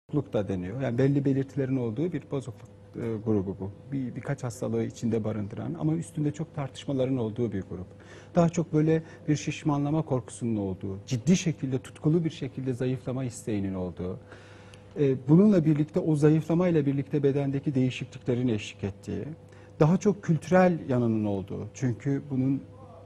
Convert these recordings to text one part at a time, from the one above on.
da deniyor. Yani belli belirtilerin olduğu bir bozukluk grubu bu. Birkaç hastalığı içinde barındıran ama üstünde çok tartışmaların olduğu bir grup. Daha çok böyle bir şişmanlama korkusunun olduğu, ciddi şekilde tutkulu bir şekilde zayıflama isteğinin olduğu, bununla birlikte o zayıflamayla birlikte bedendeki değişikliklerin eşlik ettiği, daha çok kültürel yanının olduğu. Çünkü bunun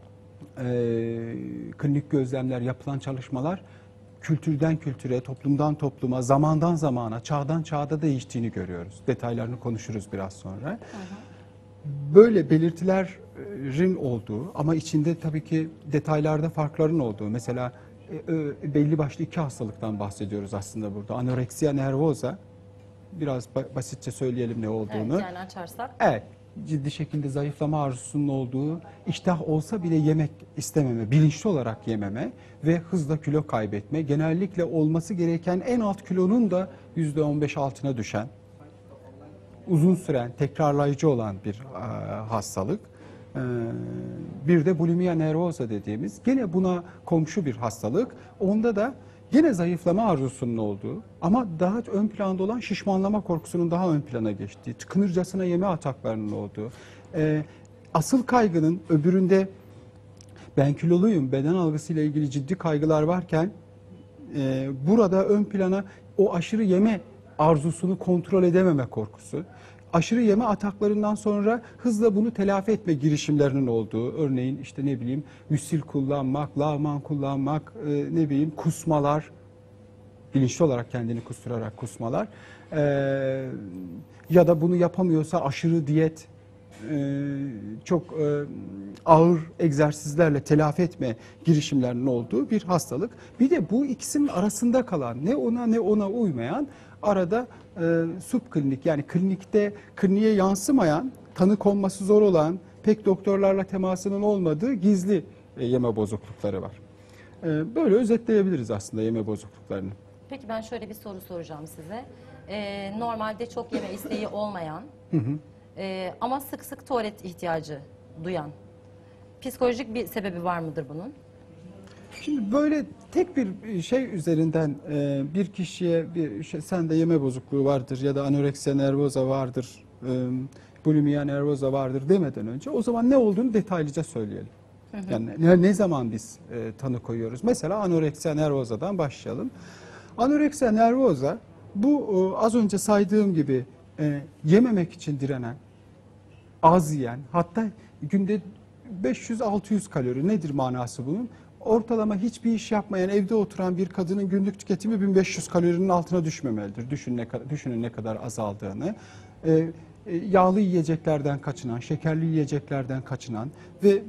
klinik gözlemler, yapılan çalışmalar kültürden kültüre, toplumdan topluma, zamandan zamana, çağdan çağda değiştiğini görüyoruz. Detaylarını konuşuruz biraz sonra. Hı hı. Böyle belirtilerin olduğu ama içinde tabii ki detaylarda farkların olduğu. Mesela belli başlı iki hastalıktan bahsediyoruz aslında burada. Anoreksiya nervosa, biraz basitçe söyleyelim ne olduğunu. Evet, yani açarsak. Evet. Ciddi şekilde zayıflama arzusunun olduğu, iştah olsa bile yemek istememe, bilinçli olarak yememe ve hızla kilo kaybetme, genellikle olması gereken en alt kilonun da %15 altına düşen, uzun süren, tekrarlayıcı olan bir hastalık. Bir de bulimia nervosa dediğimiz, gene buna komşu bir hastalık. Onda da yine zayıflama arzusunun olduğu ama daha ön planda olan şişmanlama korkusunun daha ön plana geçtiği, tıkınırcasına yeme ataklarının olduğu, asıl kaygının öbüründe ben kiloluyum, beden algısıyla ilgili ciddi kaygılar varken burada ön plana o aşırı yeme arzusunu kontrol edememe korkusu, aşırı yeme ataklarından sonra hızla bunu telafi etme girişimlerinin olduğu, örneğin işte ne bileyim müsil kullanmak, lavman kullanmak, ne bileyim kusmalar, bilinçli olarak kendini kusturarak kusmalar, ya da bunu yapamıyorsa aşırı diyet, çok ağır egzersizlerle telafi etme girişimlerinin olduğu bir hastalık. Bir de bu ikisinin arasında kalan, ne ona ne ona uymayan, arada subklinik, yani kliniğe yansımayan, tanı konması zor olan, pek doktorlarla temasının olmadığı gizli yeme bozuklukları var. Böyle özetleyebiliriz aslında yeme bozukluklarını. Peki ben şöyle bir soru soracağım size. Normalde çok yeme isteği olmayan ama sık sık tuvalet ihtiyacı duyan, psikolojik bir sebebi var mıdır bunun? Şimdi böyle tek bir şey üzerinden bir kişiye sende yeme bozukluğu vardır ya da anoreksiya nervosa vardır, bulimia nervosa vardır demeden önce o zaman ne olduğunu detaylıca söyleyelim. Hı hı. Yani ne zaman biz tanı koyuyoruz? Mesela anoreksiya nervosa'dan başlayalım. Anoreksiya nervosa bu az önce saydığım gibi yememek için direnen, az yiyen, hatta günde 500-600 kalori, nedir manası bunun? Ortalama hiçbir iş yapmayan, evde oturan bir kadının günlük tüketimi 1500 kalorinin altına düşmemelidir. Düşünün ne kadar azaldığını. Yağlı yiyeceklerden kaçınan, şekerli yiyeceklerden kaçınan ve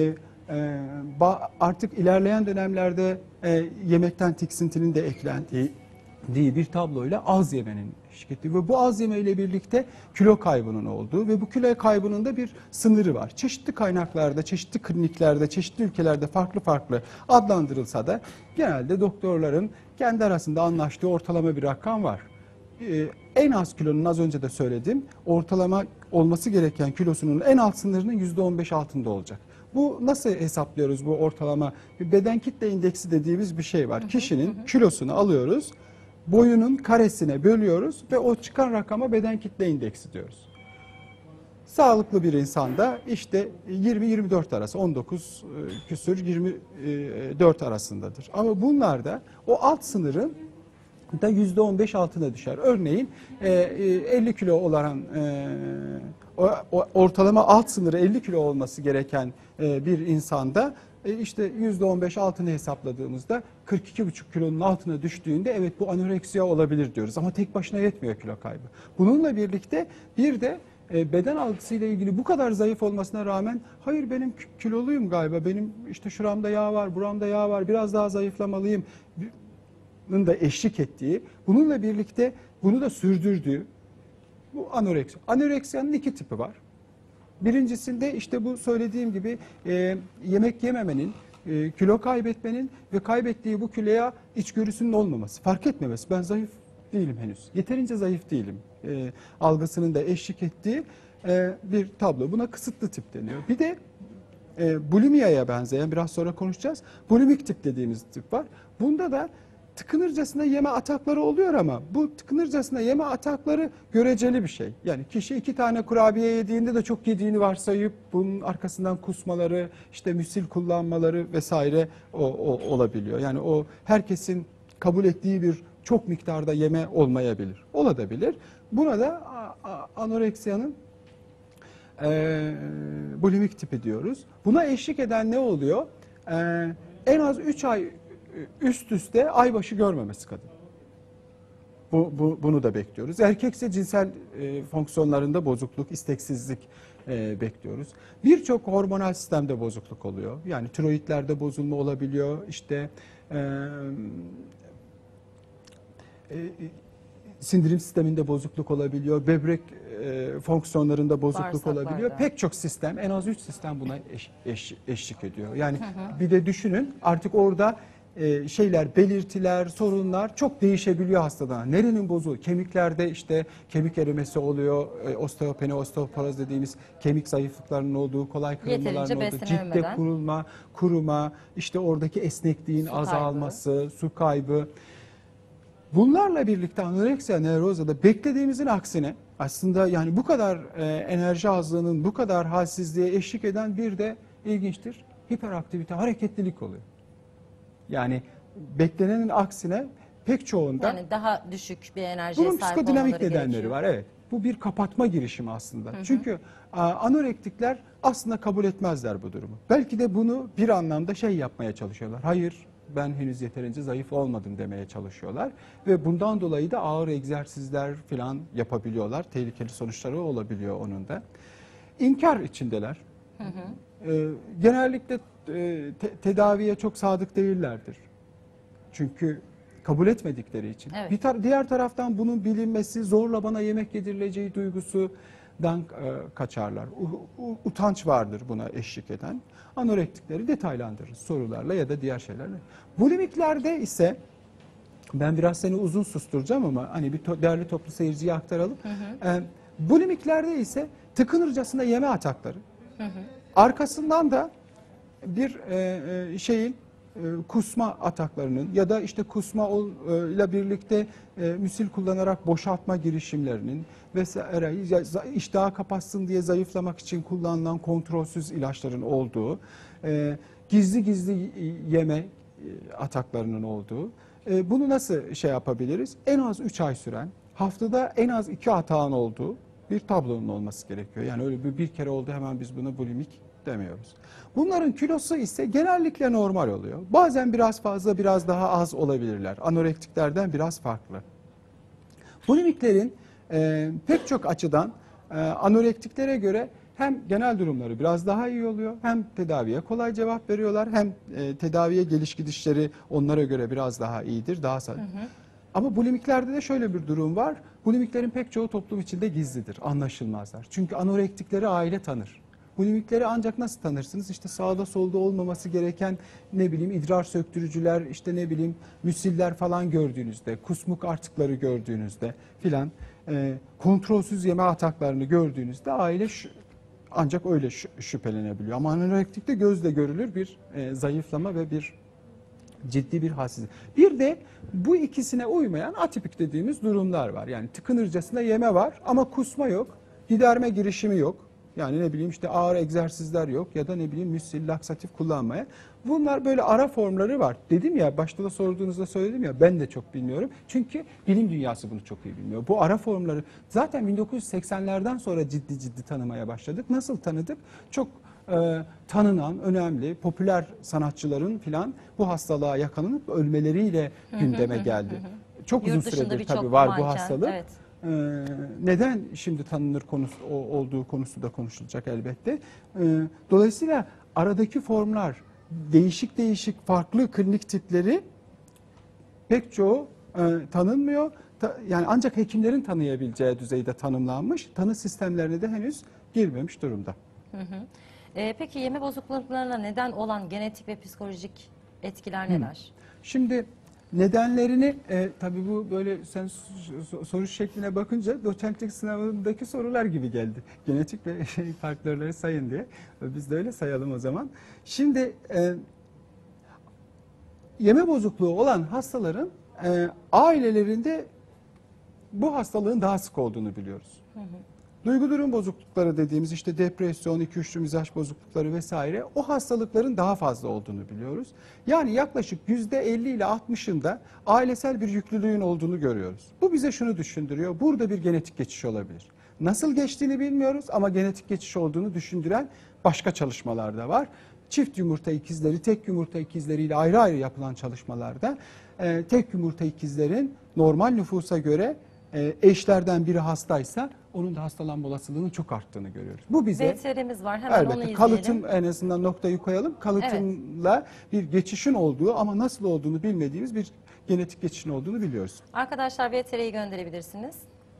artık ilerleyen dönemlerde yemekten tiksintinin de eklendiği bir tabloyla az yemenin şirketi ve bu az yeme ile birlikte kilo kaybının olduğu ve bu kilo kaybının da bir sınırı var. Çeşitli kaynaklarda, çeşitli kliniklerde, çeşitli ülkelerde farklı farklı adlandırılsa da genelde doktorların kendi arasında anlaştığı ortalama bir rakam var. En az kilonun, az önce de söyledim, ortalama olması gereken kilosunun en alt sınırının %15 altında olacak. Bu nasıl hesaplıyoruz bu ortalama? Bir beden kitle indeksi dediğimiz bir şey var. Kişinin kilosunu alıyoruz, boyunun karesine bölüyoruz ve o çıkan rakama beden kitle indeksi diyoruz. Sağlıklı bir insanda işte 20-24 arası, 19 küsür 24 arasındadır. Ama bunlarda o alt sınırın da %15 altına düşer. Örneğin 50 kilo olan ortalama alt sınırı 50 kilo olması gereken bir insanda işte %15 altını hesapladığımızda 42,5 kilonun altına düştüğünde evet bu anoreksiya olabilir diyoruz. Ama tek başına yetmiyor kilo kaybı. Bununla birlikte bir de beden algısıyla ilgili bu kadar zayıf olmasına rağmen hayır benim kiloluyum galiba, benim işte şuramda yağ var, buramda yağ var, biraz daha zayıflamalıyım da eşlik ettiği, bununla birlikte bunu da sürdürdüğü bu anoreksiya. Anoreksiyanın iki tipi var. Birincisinde işte bu söylediğim gibi yemek yememenin, kilo kaybetmenin ve kaybettiği bu kiloya içgörüsünün olmaması, fark etmemesi. Ben zayıf değilim henüz, yeterince zayıf değilim algısının da eşlik ettiği bir tablo. Buna kısıtlı tip deniyor. Bir de bulimia'ya benzeyen, biraz sonra konuşacağız, bulimik tip dediğimiz tip var. Bunda da tıkınırcasına yeme atakları oluyor ama bu tıkınırcasına yeme atakları göreceli bir şey. Yani kişi 2 tane kurabiye yediğinde de çok yediğini varsayıp bunun arkasından kusmaları, işte müsil kullanmaları vesaire olabiliyor. Yani o herkesin kabul ettiği bir çok miktarda yeme olmayabilir. Olabilir. Buna da anoreksiyanın bulimik tipi diyoruz. Buna eşlik eden ne oluyor? En az 3 ay üst üste aybaşı görmemesi kadın. Bunu da bekliyoruz. Erkekse cinsel fonksiyonlarında bozukluk, isteksizlik bekliyoruz. Birçok hormonal sistemde bozukluk oluyor. Yani tiroidlerde bozulma olabiliyor. İşte sindirim sisteminde bozukluk olabiliyor. Böbrek fonksiyonlarında bozukluk olabiliyor. Pek çok sistem, en az 3 sistem buna eşlik ediyor. Yani bir de düşünün artık orada şeyler, belirtiler, sorunlar çok değişebiliyor hastadan. Nerenin bozuğu? Kemiklerde işte kemik erimesi oluyor, osteopeni, osteoporoz dediğimiz kemik zayıflıklarının olduğu, kolay kırılmaların olduğu, ciltte kuruma, işte oradaki esnekliğin azalması, su kaybı. Bunlarla birlikte anoreksiya nervozada beklediğimizin aksine aslında yani bu kadar enerji azlığının, bu kadar halsizliğe eşlik eden bir de ilginçtir, hiperaktivite, hareketlilik oluyor. Yani beklenenin aksine pek çoğunda yani daha düşük bir enerjiye bunun sahip psikodinamik olmaları nedenleri gerekiyor. var. Evet. Bu bir kapatma girişimi aslında. Çünkü anorektikler aslında kabul etmezler bu durumu. Belki de bunu bir anlamda şey yapmaya çalışıyorlar. Hayır, ben henüz yeterince zayıf olmadım demeye çalışıyorlar. Ve bundan dolayı da ağır egzersizler falan yapabiliyorlar. Tehlikeli sonuçları olabiliyor onun da. İnkar içindeler. Genellikle tedaviye çok sadık değillerdir. Çünkü kabul etmedikleri için. Evet. Diğer taraftan bunun bilinmesi, zorla bana yemek yedirileceği duygusundan kaçarlar. Utanç vardır buna eşlik eden. Anorektikleri detaylandırırız sorularla ya da diğer şeylerle. Bulimiklerde ise ben biraz seni uzun susturacağım ama hani bir değerli toplu seyirciye aktaralım. Bulimiklerde ise tıkınırcasına yeme atakları. Arkasından da bir şeyin kusma ataklarının ya da işte kusma ile birlikte müsil kullanarak boşaltma girişimlerinin vesaire iştahı kapatsın diye zayıflamak için kullanılan kontrolsüz ilaçların olduğu, gizli gizli yeme ataklarının olduğu. Bunu nasıl şey yapabiliriz? En az 3 ay süren, haftada en az 2 atağın olduğu bir tablonun olması gerekiyor. Yani öyle bir kere oldu hemen biz buna bulimik demiyoruz. Bunların kilosu ise genellikle normal oluyor. Bazen biraz fazla, biraz daha az olabilirler. Anorektiklerden biraz farklı. Bulimiklerin pek çok açıdan anorektiklere göre hem genel durumları biraz daha iyi oluyor, hem tedaviye kolay cevap veriyorlar, hem tedaviye geliş gidişleri onlara göre biraz daha iyidir, daha Ama bulimiklerde de şöyle bir durum var. Bulimiklerin pek çoğu toplum içinde gizlidir, anlaşılmazlar. Çünkü anorektikleri aile tanır. Bulimikleri ancak nasıl tanırsınız? İşte sağda solda olmaması gereken ne bileyim idrar söktürücüler, işte ne bileyim müsiller falan gördüğünüzde, kusmuk artıkları gördüğünüzde filan, kontrolsüz yeme ataklarını gördüğünüzde aile ancak öyle şüphelenebiliyor. Ama anorektikte gözle görülür bir zayıflama ve bir ciddi bir halsizlik. Bir de bu ikisine uymayan atipik dediğimiz durumlar var. Yani tıkınırcasına yeme var ama kusma yok, giderme girişimi yok. Yani ne bileyim işte ağır egzersizler yok ya da ne bileyim müsil, laksatif kullanmaya. Bunlar böyle ara formları var. Dedim ya, başta da sorduğunuzda söyledim ya, ben de çok bilmiyorum. Çünkü bilim dünyası bunu çok iyi bilmiyor. Bu ara formları zaten 1980'lerden sonra ciddi tanımaya başladık. Nasıl tanıdık? Çok tanınan, önemli, popüler sanatçıların filan bu hastalığa yakalanıp ölmeleriyle gündeme geldi. Çok uzun süredir tabii var bu hastalık. Evet. Neden şimdi tanınır konusu olduğu konusu da konuşulacak elbette. Dolayısıyla aradaki formlar, değişik farklı klinik tipleri pek çoğu tanınmıyor. Yani ancak hekimlerin tanıyabileceği düzeyde tanımlanmış. Tanı sistemlerine de henüz girmemiş durumda. Peki yeme bozukluklarına neden olan genetik ve psikolojik etkiler neler? Şimdi nedenlerini tabii bu böyle sen soru şekline bakınca doçentlik sınavındaki sorular gibi geldi. Genetik ve faktörleri sayın diye. Biz de öyle sayalım o zaman. Şimdi yeme bozukluğu olan hastaların ailelerinde bu hastalığın daha sık olduğunu biliyoruz. Duygu durum bozuklukları dediğimiz işte depresyon, 2-3'lü mizaç bozuklukları vesaire o hastalıkların daha fazla olduğunu biliyoruz. Yani yaklaşık %50 ile 60'ında ailesel bir yüklülüğün olduğunu görüyoruz. Bu bize şunu düşündürüyor. Burada bir genetik geçiş olabilir. Nasıl geçtiğini bilmiyoruz ama genetik geçiş olduğunu düşündüren başka çalışmalar da var. Çift yumurta ikizleri, tek yumurta ikizleriyle ayrı ayrı yapılan çalışmalarda tek yumurta ikizlerin normal nüfusa göre eşlerden biri hastaysa onun da hastalanma olasılığının çok arttığını görüyoruz. Bu bize VTR'miz var. Hemen onu elbette izleyelim. kalıtım en azından noktayı koyalım. Kalıtımla bir geçişin olduğu ama nasıl olduğunu bilmediğimiz bir genetik geçişin olduğunu biliyoruz. Arkadaşlar VTR'yi gönderebilirsiniz.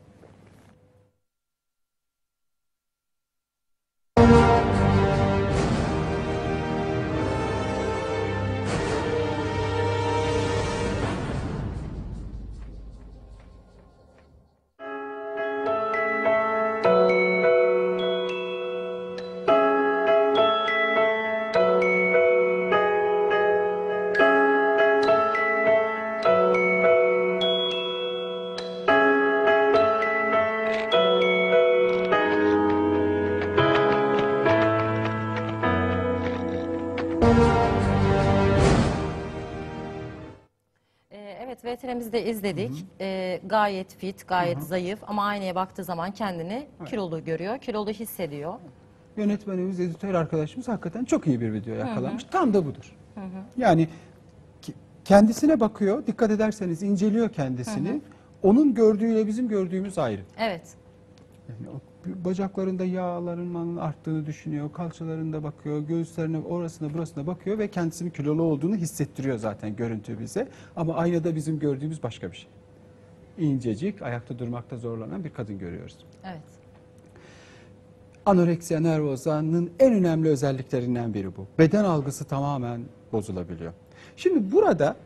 Evet, VTR'mizi de izledik. Gayet fit, gayet zayıf ama aynaya baktığı zaman kendini kilolu görüyor, kilolu hissediyor. Yönetmenimiz, editör arkadaşımız hakikaten çok iyi bir video yakalamış. Tam da budur. Yani kendisine bakıyor, dikkat ederseniz inceliyor kendisini. Onun gördüğüyle bizim gördüğümüz ayrı. Evet. Yani bacaklarında yağların arttığını düşünüyor, kalçalarında bakıyor, göğüslerine, orasına burasına bakıyor ve kendisinin kilolu olduğunu hissettiriyor zaten görüntü bize. Ama aynada bizim gördüğümüz başka bir şey. İncecik, ayakta durmakta zorlanan bir kadın görüyoruz. Evet. Anoreksiya nervosa'nın en önemli özelliklerinden biri bu. Beden algısı tamamen bozulabiliyor. Şimdi burada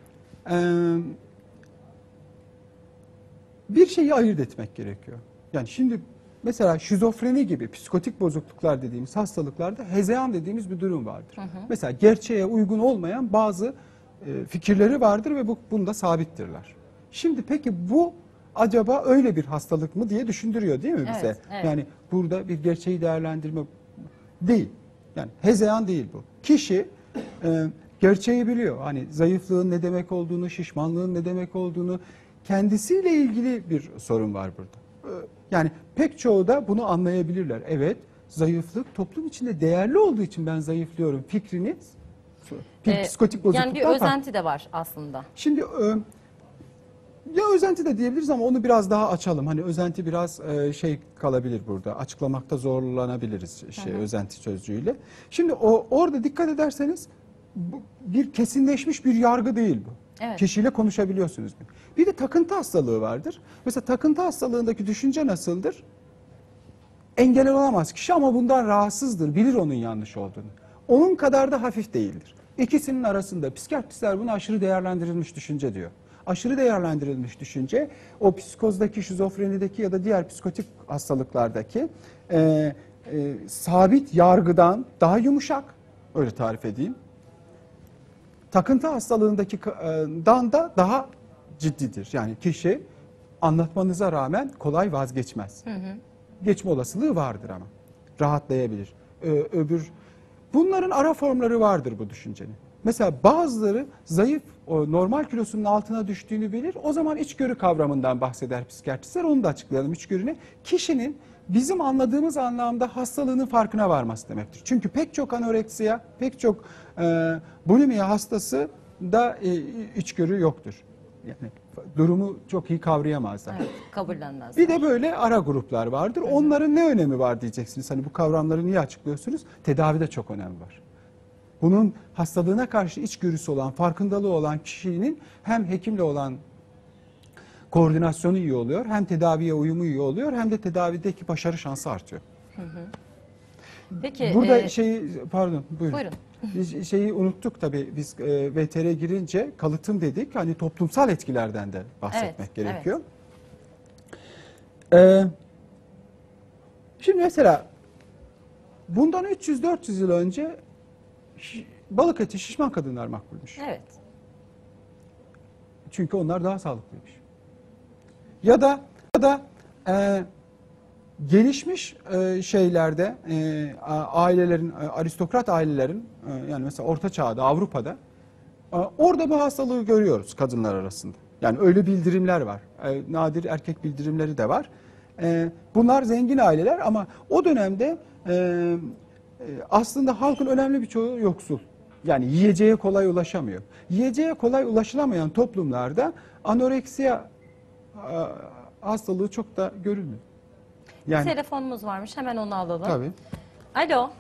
bir şeyi ayırt etmek gerekiyor. Yani şimdi mesela şizofreni gibi psikotik bozukluklar dediğimiz hastalıklarda hezeyan dediğimiz bir durum vardır. Mesela gerçeğe uygun olmayan bazı fikirleri vardır ve bunda sabittirler. Şimdi peki bu acaba öyle bir hastalık mı diye düşündürüyor değil mi bize? Evet, evet. Yani burada bir gerçeği değerlendirme değil. Yani hezeyan değil bu. Kişi gerçeği biliyor. Hani zayıflığın ne demek olduğunu, şişmanlığın ne demek olduğunu, kendisiyle ilgili bir sorun var burada. Yani pek çoğu da bunu anlayabilirler. Evet, zayıflık toplum içinde değerli olduğu için ben zayıflıyorum fikrini bir psikotik bozukluktan Yani bir özenti de var aslında. Şimdi ya özenti de diyebiliriz ama onu biraz daha açalım. Hani özenti biraz şey kalabilir burada. Açıklamakta zorlanabiliriz özenti sözcüğüyle. Şimdi orada dikkat ederseniz bir kesinleşmiş bir yargı değil bu. Evet. Kişiyle konuşabiliyorsunuz. Bir de takıntı hastalığı vardır. Mesela takıntı hastalığındaki düşünce nasıldır? Engel olamaz kişi ama bundan rahatsızdır. Bilir onun yanlış olduğunu. Onun kadar da hafif değildir. İkisinin arasında psikiyatristler buna aşırı değerlendirilmiş düşünce diyor. Aşırı değerlendirilmiş düşünce o psikozdaki, şizofrenideki ya da diğer psikotik hastalıklardaki sabit yargıdan daha yumuşak, öyle tarif edeyim. Takıntı hastalığındakinden da daha ciddidir. Yani kişi anlatmanıza rağmen kolay vazgeçmez. Geçme olasılığı vardır ama. Rahatlayabilir. Bunların ara formları vardır bu düşüncenin. Mesela bazıları zayıf, normal kilosunun altına düştüğünü bilir. O zaman içgörü kavramından bahseder psikiyatristler. Onu da açıklayalım içgörüne. Kişinin bizim anladığımız anlamda hastalığının farkına varması demektir. Çünkü pek çok anoreksiya, pek çok bulimiya hastası da içgörü yoktur. Yani durumu çok iyi kavrayamazlar. Evet, kabullenmezler. Bir de böyle ara gruplar vardır. Onların ne önemi var diyeceksiniz. Hani bu kavramları niye açıklıyorsunuz? Tedavide çok önemi var. Bunun hastalığına karşı içgörüsü olan, farkındalığı olan kişinin hem hekimle olan koordinasyonu iyi oluyor, hem tedaviye uyumu iyi oluyor, hem de tedavideki başarı şansı artıyor. Peki, burada pardon buyurun. Buyurun. Biz şeyi unuttuk tabii, biz VTR girince kalıtım dedik, hani toplumsal etkilerden de bahsetmek gerekiyor. Şimdi mesela bundan 300-400 yıl önce balık eti şişman kadınlar makbulmuş. Evet. Çünkü onlar daha sağlıklıymış. Ya da gelişmiş şeylerde ailelerin, aristokrat ailelerin yani mesela Orta Çağ'da, Avrupa'da orada bu hastalığı görüyoruz kadınlar arasında. Yani öyle bildirimler var. Nadir erkek bildirimleri de var. Bunlar zengin aileler ama o dönemde aslında halkın önemli bir çoğu yoksul. Yani yiyeceğe kolay ulaşamıyor. Yiyeceğe kolay ulaşılamayan toplumlarda anoreksiya hastalığı çok da görülmüyor. Bir telefonumuz varmış, hemen onu alalım. Tabii. Alo.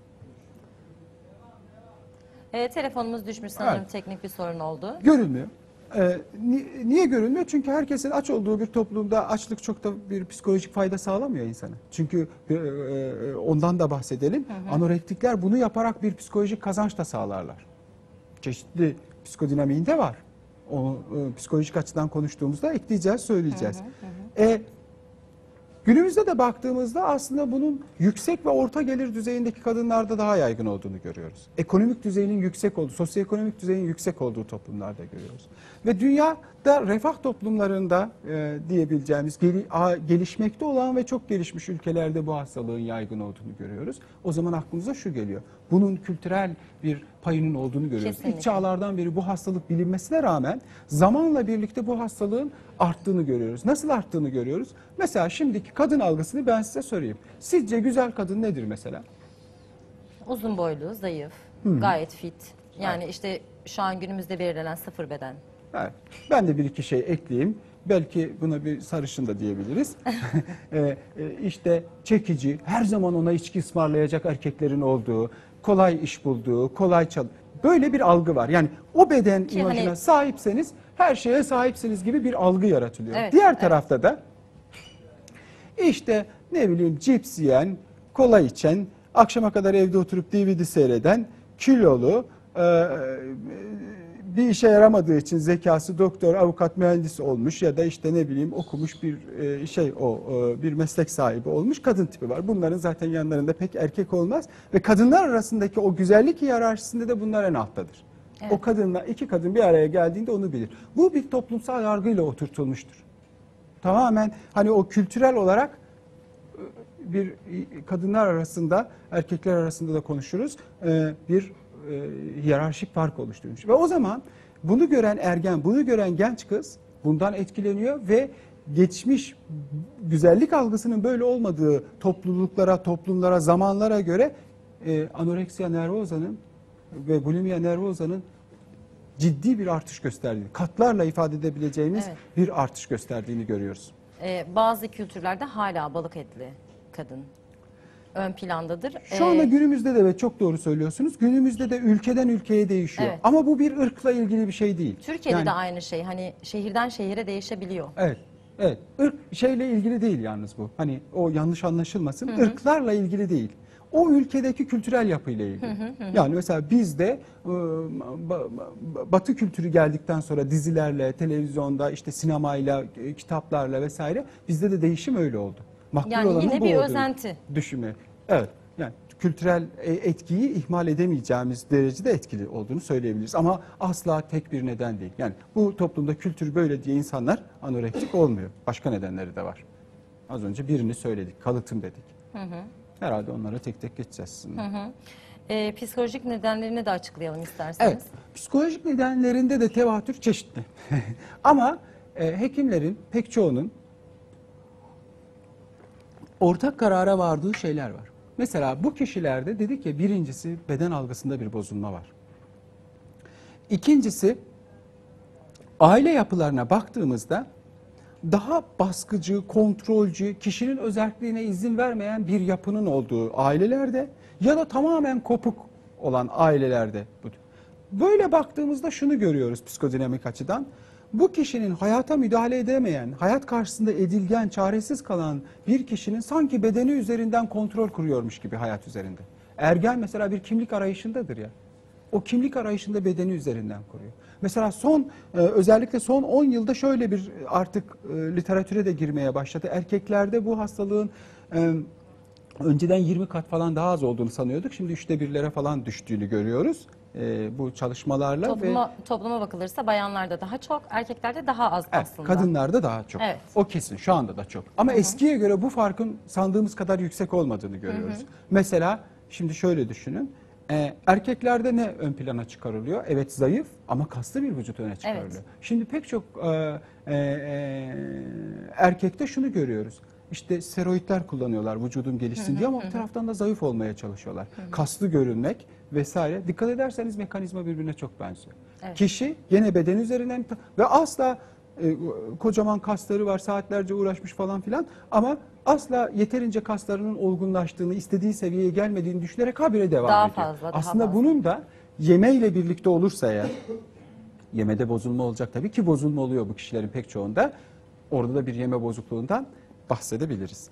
Telefonumuz düşmüş sanırım, Evet. teknik bir sorun oldu. Görülmüyor. Niye görülmüyor? Çünkü herkesin aç olduğu bir toplumda açlık çok da bir psikolojik fayda sağlamıyor insana. Çünkü ondan da bahsedelim. Anorektikler bunu yaparak bir psikolojik kazanç da sağlarlar. Çeşitli psikodinamiğinde var. Onu psikolojik açıdan konuştuğumuzda ekleyeceğiz, söyleyeceğiz. Günümüzde de baktığımızda aslında bunun yüksek ve orta gelir düzeyindeki kadınlarda daha yaygın olduğunu görüyoruz. Ekonomik düzeyinin yüksek olduğu, sosyoekonomik düzeyin yüksek olduğu toplumlarda görüyoruz. Ve dünyada refah toplumlarında diyebileceğimiz gelişmekte olan ve çok gelişmiş ülkelerde bu hastalığın yaygın olduğunu görüyoruz. O zaman aklımıza şu geliyor. Bunun kültürel bir payının olduğunu görüyoruz. Kesinlikle. İlk çağlardan beri bu hastalık bilinmesine rağmen zamanla birlikte bu hastalığın arttığını görüyoruz. Nasıl arttığını görüyoruz? Mesela şimdiki kadın algısını ben size sorayım. Sizce güzel kadın nedir mesela? Uzun boylu, zayıf, gayet fit. Yani işte şu an günümüzde belirlenen sıfır beden. Evet. Ben de bir iki şey ekleyeyim. Belki buna bir sarışın da diyebiliriz. İşte çekici, her zaman ona içki ısmarlayacak erkeklerin olduğu, kolay iş bulduğu, kolay böyle bir algı var. Yani o beden Ki imajına hani- sahipseniz her şeye sahipsiniz gibi bir algı yaratılıyor. Evet, Diğer evet. tarafta da işte ne bileyim cips yiyen, kola içen, akşama kadar evde oturup DVD seyreden, kilolu, bir işe yaramadığı için zekası doktor, avukat, mühendis olmuş ya da işte ne bileyim okumuş bir bir meslek sahibi olmuş kadın tipi var. Bunların zaten yanlarında pek erkek olmaz ve kadınlar arasındaki o güzellik hiyerarşisinde de bunlar en alttadır. Evet. O kadınla iki kadın bir araya geldiğinde onu bilir. Bu bir toplumsal yargıyla oturtulmuştur. Tamamen hani o kültürel olarak bir kadınlar arasında, erkekler arasında da konuşuruz. Bir hiyerarşik fark oluşturmuş. Ve o zaman bunu gören ergen, bunu gören genç kız bundan etkileniyor ve geçmiş güzellik algısının böyle olmadığı topluluklara, toplumlara, zamanlara göre anoreksiya nervoza'nın ve bulimia nervoza'nın ciddi bir artış gösterdiğini, katlarla ifade edebileceğimiz Evet. bir artış gösterdiğini görüyoruz. Bazı kültürlerde hala balık etli kadın ön plandadır. Şu anda günümüzde de ve çok doğru söylüyorsunuz. Günümüzde de ülkeden ülkeye değişiyor. Evet. Ama bu bir ırkla ilgili bir şey değil. Türkiye'de Yani- de aynı şey. Hani şehirden şehire değişebiliyor. Evet. Evet. Irk şeyle ilgili değil yalnız bu. Hani o yanlış anlaşılmasın. Irklarla ilgili değil. O ülkedeki kültürel yapıyla ilgili. Yani mesela bizde Batı kültürü geldikten sonra dizilerle, televizyonda, işte sinemayla, kitaplarla vesaire bizde de değişim öyle oldu. Makbul Yani olanın yine bu bir olduğu özenti. Düşünme. Evet. Yani kültürel etkiyi ihmal edemeyeceğimiz derecede etkili olduğunu söyleyebiliriz. Ama asla tek bir neden değil. Yani bu toplumda kültür böyle diye insanlar anorektik olmuyor. Başka nedenleri de var. Az önce birini söyledik. Kalıtım dedik. Herhalde onlara tek tek geçeceğiz sizinle. Psikolojik nedenlerini de açıklayalım isterseniz. Evet. Psikolojik nedenlerinde de tevatür çeşitli. Ama hekimlerin pek çoğunun ortak karara vardığı şeyler var. Mesela bu kişilerde dedik ya, birincisi beden algısında bir bozulma var. İkincisi aile yapılarına baktığımızda daha baskıcı, kontrolcü, kişinin özelliğine izin vermeyen bir yapının olduğu ailelerde ya da tamamen kopuk olan ailelerde. Böyle baktığımızda şunu görüyoruz psikodinamik açıdan. Bu kişinin hayata müdahale edemeyen, hayat karşısında edilgen, çaresiz kalan bir kişinin sanki bedeni üzerinden kontrol kuruyormuş gibi hayat üzerinde. Ergen mesela bir kimlik arayışındadır ya. O kimlik arayışında bedeni üzerinden kuruyor. Mesela özellikle son 10 yılda şöyle bir artık literatüre de girmeye başladı. Erkeklerde bu hastalığın önceden 20 kat falan daha az olduğunu sanıyorduk. Şimdi 1/3'lere falan düştüğünü görüyoruz. bu çalışmalarla Topluma bakılırsa bayanlarda daha çok, erkeklerde daha az evet, aslında. kadınlarda daha çok. Evet. O kesin, şu anda da çok. Ama eskiye göre bu farkın sandığımız kadar yüksek olmadığını görüyoruz. Mesela şimdi şöyle düşünün. Erkeklerde ne ön plana çıkarılıyor? Evet, zayıf ama kaslı bir vücut öne çıkarılıyor. Evet. Şimdi pek çok erkekte şunu görüyoruz. İşte steroidler kullanıyorlar vücudum gelişsin diye ama bir taraftan da zayıf olmaya çalışıyorlar. Kaslı görünmek vesaire. Dikkat ederseniz mekanizma birbirine çok benziyor. Evet. Kişi yine beden üzerinden ve asla kocaman kasları var, saatlerce uğraşmış falan filan ama asla yeterince kaslarının olgunlaştığını, istediği seviyeye gelmediğini düşünerek habire devam Daha ediyor. fazla, daha Aslında fazla. bunun da yemeyle birlikte olursa eğer, yemede bozulma olacak tabii ki, bozulma oluyor bu kişilerin pek çoğunda. Orada da bir yeme bozukluğundan bahsedebiliriz.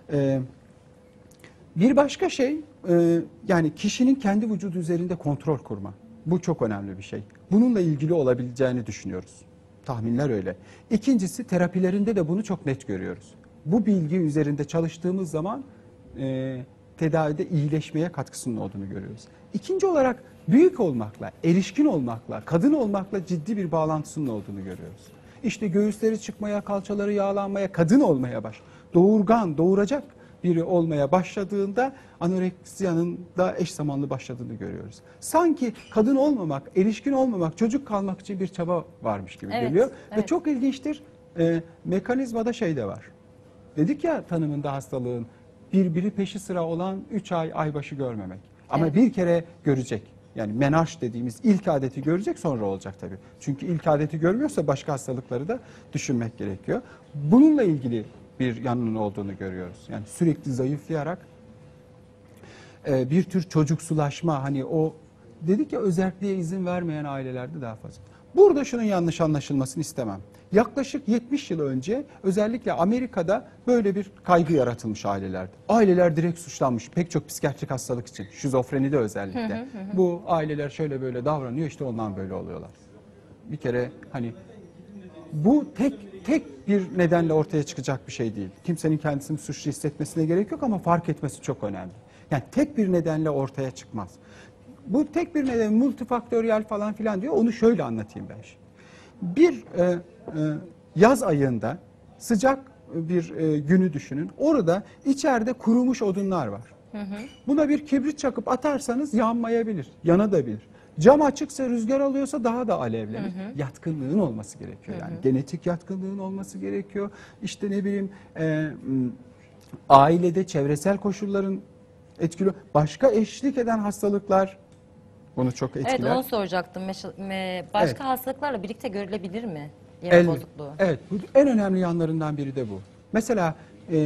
Bir başka şey, yani kişinin kendi vücudu üzerinde kontrol kurma. Bu çok önemli bir şey. Bununla ilgili olabileceğini düşünüyoruz. Tahminler öyle. İkincisi, terapilerinde de bunu çok net görüyoruz. Bu bilgi üzerinde çalıştığımız zaman tedavide iyileşmeye katkısının olduğunu görüyoruz. İkinci olarak büyük olmakla, erişkin olmakla, kadın olmakla ciddi bir bağlantısının olduğunu görüyoruz. İşte göğüsleri çıkmaya, kalçaları yağlanmaya, kadın olmaya doğurgan, doğuracak biri olmaya başladığında anoreksiyanın da eş zamanlı başladığını görüyoruz. Sanki kadın olmamak, erişkin olmamak, çocuk kalmak için bir çaba varmış gibi geliyor. Evet. Ve çok ilginçtir, mekanizmada şey de var. Dedik ya tanımında hastalığın birbiri peşi sıra olan 3 ay aybaşı görmemek. Ama Evet. bir kere görecek. Yani menarş dediğimiz ilk adeti görecek, sonra olacak tabii. Çünkü ilk adeti görmüyorsa başka hastalıkları da düşünmek gerekiyor. Bununla ilgili bir yanının olduğunu görüyoruz. Yani sürekli zayıflayarak bir tür çocuksulaşma, hani o dedik ya, özerkliğe izin vermeyen ailelerde daha fazla. Burada şunun yanlış anlaşılmasını istemem. Yaklaşık 70 yıl önce özellikle Amerika'da böyle bir kaygı yaratılmış ailelerde. Aileler direkt suçlanmış pek çok psikiyatrik hastalık için, şizofrenide özellikle. Bu aileler şöyle böyle davranıyor, işte ondan böyle oluyorlar. Bir kere hani bu tek bir nedenle ortaya çıkacak bir şey değil. Kimsenin kendisini suçlu hissetmesine gerek yok ama fark etmesi çok önemli. Yani tek bir nedenle ortaya çıkmaz. Bu tek bir neden, multifaktöriyel falan filan diyor. Onu şöyle anlatayım ben şimdi. Bir yaz ayında sıcak bir günü düşünün. Orada içeride kurumuş odunlar var. Buna bir kibrit çakıp atarsanız yanmayabilir, yanabilir. Cam açıksa, rüzgar alıyorsa daha da alevlenir. Yatkınlığın olması gerekiyor. Yani genetik yatkınlığın olması gerekiyor. İşte ne bileyim, ailede çevresel koşulların etkili. Başka eşlik eden hastalıklar bunu çok etkiler. Evet, onu soracaktım. Başka Evet. hastalıklarla birlikte görülebilir mi yeme bozukluğu? Evet, bu en önemli yanlarından biri de bu. Mesela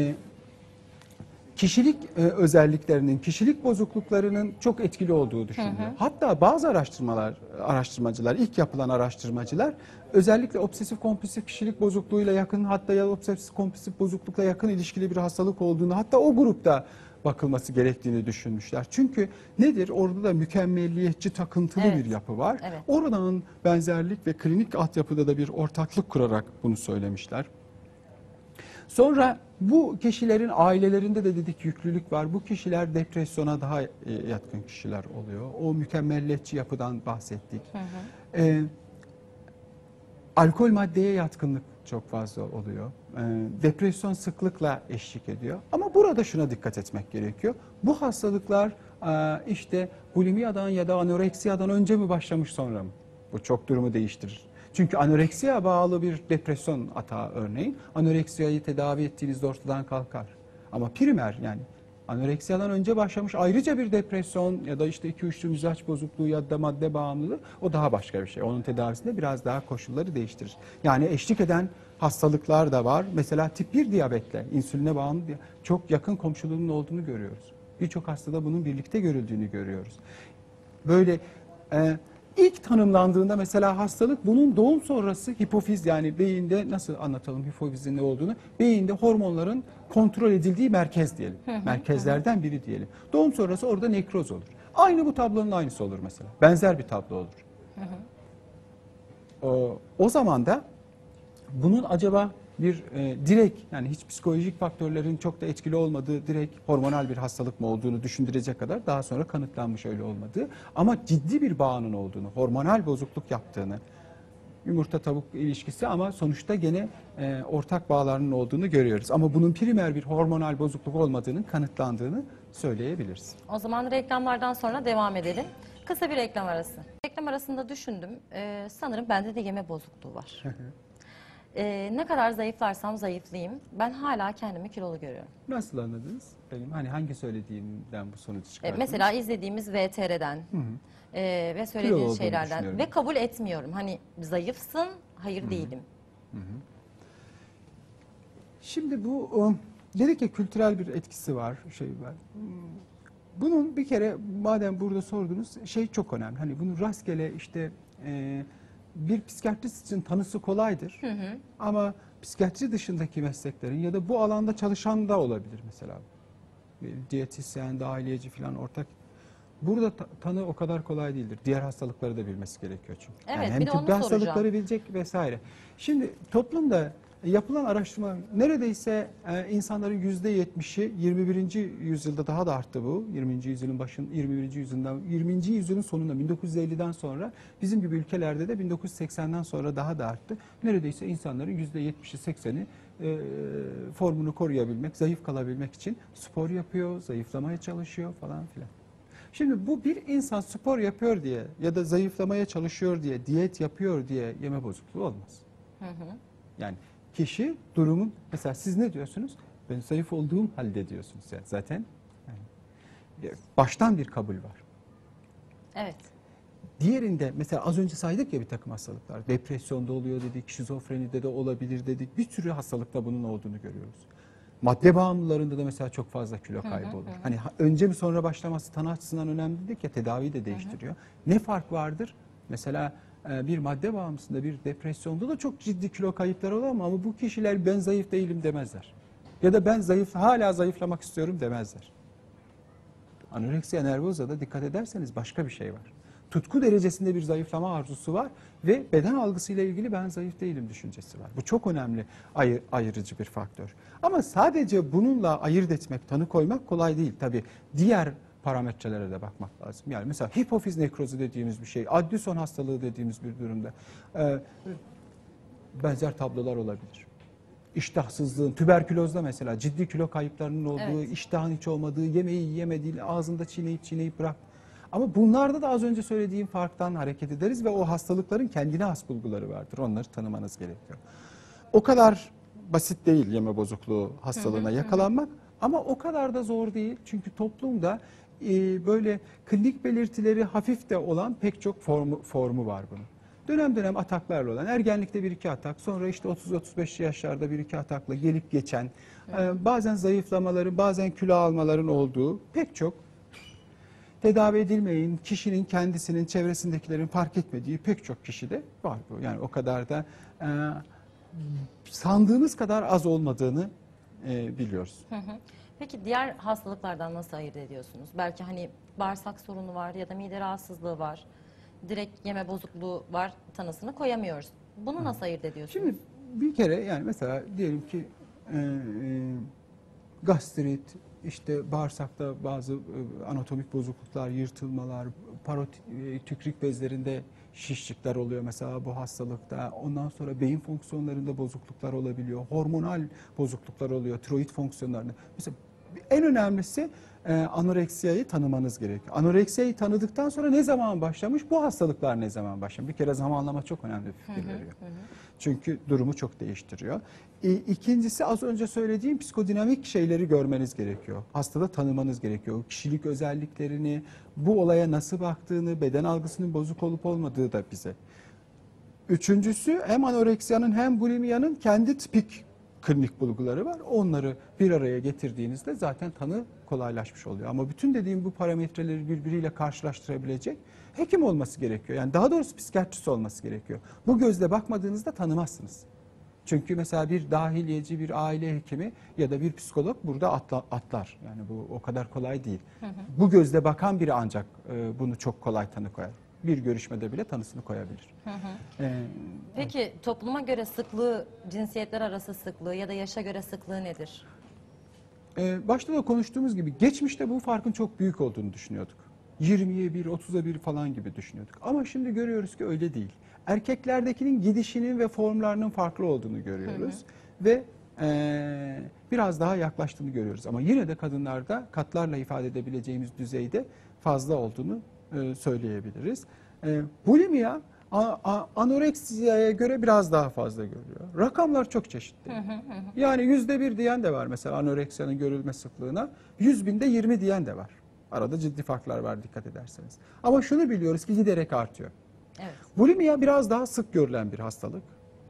kişilik özelliklerinin, kişilik bozukluklarının çok etkili olduğu düşünülüyor. Hatta bazı araştırmacılar, ilk yapılan araştırmacılar özellikle obsesif kompulsif kişilik bozukluğuyla yakın, hatta ya obsesif kompulsif bozuklukla yakın ilişkili bir hastalık olduğunu, hatta o grupta bakılması gerektiğini düşünmüşler. Çünkü nedir? Orada da mükemmelliyetçi, takıntılı Evet. bir yapı var. Evet. Oradan benzerlik ve klinik altyapıda da bir ortaklık kurarak bunu söylemişler. Sonra bu kişilerin ailelerinde de dedik yüklülük var. Bu kişiler depresyona daha yatkın kişiler oluyor. O mükemmelliyetçi yapıdan bahsettik. Alkol maddeye yatkınlık çok fazla oluyor. Depresyon sıklıkla eşlik ediyor. Ama burada şuna dikkat etmek gerekiyor. Bu hastalıklar işte bulimiyadan ya da anoreksiyadan önce mi başlamış, sonra mı? Bu çok durumu değiştirir. Çünkü anoreksiya bağlı bir depresyon atağı örneğin, anoreksiyayı tedavi ettiğinizde ortadan kalkar. Ama primer, yani anoreksiyadan önce başlamış ayrıca bir depresyon ya da işte 2-3'lü mizaç bozukluğu ya da madde bağımlılığı, o daha başka bir şey. Onun tedavisinde biraz daha koşulları değiştirir. Yani eşlik eden hastalıklar da var. Mesela tip 1 diyabetle insüline bağımlı çok yakın komşuluğunun olduğunu görüyoruz. Birçok hastada bunun birlikte görüldüğünü görüyoruz. Böyle ilk tanımlandığında mesela hastalık, bunun doğum sonrası hipofiz, yani beyinde, nasıl anlatalım hipofizin ne olduğunu, beyinde hormonların kontrol edildiği merkez diyelim. Merkezlerden biri diyelim. Doğum sonrası orada nekroz olur. Aynı bu tablonun aynısı olur mesela. Benzer bir tablo olur. O zaman da bunun acaba bir direkt, yani hiç psikolojik faktörlerin çok da etkili olmadığı, direkt hormonal bir hastalık mı olduğunu düşündürecek kadar daha sonra kanıtlanmış öyle olmadığı, ama ciddi bir bağının olduğunu, hormonal bozukluk yaptığını, yumurta tavuk ilişkisi ama sonuçta gene ortak bağlarının olduğunu görüyoruz. Ama bunun primer bir hormonal bozukluk olmadığının kanıtlandığını söyleyebiliriz. O zaman reklamlardan sonra devam edelim. Kısa bir reklam arası. Reklam arasında düşündüm. Sanırım bende de yeme bozukluğu var. Ne kadar zayıflarsam zayıflayayım, ben hala kendimi kilolu görüyorum. Nasıl anladınız? Benim hani hangi söylediğimden bu sonucu çıkardınız? Mesela izlediğimiz VTR'den ve Kilolu söylediğiniz olduğunu şeylerden düşünüyorum. ve kabul etmiyorum. Hani zayıfsın, hayır değilim. Şimdi bu dedik ya, kültürel bir etkisi var, şey var. Bunun bir kere, madem burada sordunuz, şey çok önemli. Hani bunu rastgele işte bir psikiyatrist için tanısı kolaydır. Ama psikiyatri dışındaki mesleklerin ya da bu alanda çalışan da olabilir mesela. Bir diyetisyen, dahiliyeci falan ortak. Burada tanı o kadar kolay değildir. Diğer hastalıkları da bilmesi gerekiyor çünkü. Evet, yani hem bir de onu tıbbi hastalıkları soracağım. bilecek vesaire. Şimdi toplumda yapılan araştırma neredeyse insanların %70'i 21. yüzyılda daha da arttı bu. 20. yüzyılın başın 21. yüzyıldan 20. yüzyılın sonunda 1950'den sonra bizim gibi ülkelerde de 1980'den sonra daha da arttı. Neredeyse insanların %70'i 80'i formunu koruyabilmek, zayıf kalabilmek için spor yapıyor, zayıflamaya çalışıyor falan filan. Şimdi bu, bir insan spor yapıyor diye ya da zayıflamaya çalışıyor diye, diyet yapıyor diye yeme bozukluğu olmaz. Yani kişi durumun, mesela siz ne diyorsunuz? Ben zayıf olduğum halde diyorsunuz yani. Zaten yani baştan bir kabul var. Evet. Diğerinde mesela az önce saydık ya bir takım hastalıklar. Depresyonda oluyor dedik, şizofrenide de olabilir dedik. Bir sürü hastalıkta bunun olduğunu görüyoruz. Madde bağımlılarında da mesela çok fazla kilo kaybı olur. Hani önce mi sonra başlaması tanı açısından önemli dedik ya, tedaviyi de değiştiriyor. Ne fark vardır? Mesela bir madde bağımlısında, bir depresyonda da çok ciddi kilo kayıpları olur ama bu kişiler ben zayıf değilim demezler. Ya da ben hala zayıflamak istiyorum demezler. Anoreksiya nervoza'da dikkat ederseniz başka bir şey var. Tutku derecesinde bir zayıflama arzusu var ve beden algısıyla ilgili ben zayıf değilim düşüncesi var. Bu çok önemli, ayırıcı bir faktör. Ama sadece bununla ayırt etmek, tanı koymak kolay değil. Tabii diğer parametrelere de bakmak lazım. Yani mesela hipofiz nekrozu dediğimiz bir şey, Addison hastalığı dediğimiz bir durumda benzer tablolar olabilir. İştahsızlığın, tüberkülozda mesela ciddi kilo kayıplarının olduğu, Evet. iştahın hiç olmadığı, yemeği yiyemediği, ağzında çiğneyip bırak. Ama bunlarda da az önce söylediğim farktan hareket ederiz ve o hastalıkların kendine has bulguları vardır. Onları tanımanız gerekiyor. O kadar basit değil yeme bozukluğu hastalığına yakalanmak ama o kadar da zor değil. Çünkü toplumda böyle klinik belirtileri hafif de olan pek çok formu var bunun. Dönem dönem ataklarla olan, ergenlikte 1-2 atak, sonra işte 30-35 yaşlarda 1-2 atakla gelip geçen, bazen zayıflamaların, bazen kilo almaların olduğu pek çok tedavi edilmeyin, kişinin kendisinin, çevresindekilerin fark etmediği pek çok kişide var bu. Yani o kadar da sandığımız kadar az olmadığını biliyoruz. Peki diğer hastalıklardan nasıl ayırt ediyorsunuz? Belki hani bağırsak sorunu var ya da mide rahatsızlığı var. Direkt yeme bozukluğu var tanısını koyamıyoruz. Bunu nasıl ayırt ediyorsunuz? Şimdi bir kere, yani mesela diyelim ki gastrit, işte bağırsakta bazı anatomik bozukluklar, yırtılmalar, tükürük bezlerinde şişlikler oluyor mesela bu hastalıkta. Ondan sonra beyin fonksiyonlarında bozukluklar olabiliyor. Hormonal bozukluklar oluyor, tiroid fonksiyonlarında. Mesela en önemlisi anoreksiyayı tanımanız gerekiyor. Anoreksiyayı tanıdıktan sonra ne zaman başlamış, bu hastalıklar ne zaman başlamış? Bir kere zamanlama çok önemli bir fikir veriyor. Çünkü durumu çok değiştiriyor. İkincisi, az önce söylediğim psikodinamik şeyleri görmeniz gerekiyor. Hastada tanımanız gerekiyor. Kişilik özelliklerini, bu olaya nasıl baktığını, beden algısının bozuk olup olmadığı da bize. Üçüncüsü, hem anoreksiyanın hem bulimiyanın kendi tipik klinik bulguları var. Onları bir araya getirdiğinizde zaten tanı kolaylaşmış oluyor. Ama bütün dediğim bu parametreleri birbiriyle karşılaştırabilecek hekim olması gerekiyor. Yani daha doğrusu psikiyatrist olması gerekiyor. Bu gözle bakmadığınızda tanımazsınız. Çünkü mesela bir dahiliyeci, bir aile hekimi ya da bir psikolog burada atlar. Yani bu o kadar kolay değil. Bu gözle bakan biri ancak bunu çok kolay tanı koyar. bir görüşmede bile tanısını koyabilir. Ee, Peki topluma göre sıklığı, cinsiyetler arası sıklığı ya da yaşa göre sıklığı nedir? Başta da konuştuğumuz gibi geçmişte bu farkın çok büyük olduğunu düşünüyorduk. 20'ye 1, 30'a 1 falan gibi düşünüyorduk. Ama şimdi görüyoruz ki öyle değil. Erkeklerdekinin gidişinin ve formlarının farklı olduğunu görüyoruz. Ve biraz daha yaklaştığını görüyoruz. Ama yine de kadınlarda katlarla ifade edebileceğimiz düzeyde fazla olduğunu söyleyebiliriz. Bulimia anoreksiyaya göre biraz daha fazla görülüyor. Rakamlar çok çeşitli. Yani %1 diyen de var mesela anoreksiyanın görülme sıklığına. 100 binde 20 diyen de var. Arada ciddi farklar var dikkat ederseniz. Ama şunu biliyoruz ki giderek artıyor. Evet. Bulimia biraz daha sık görülen bir hastalık.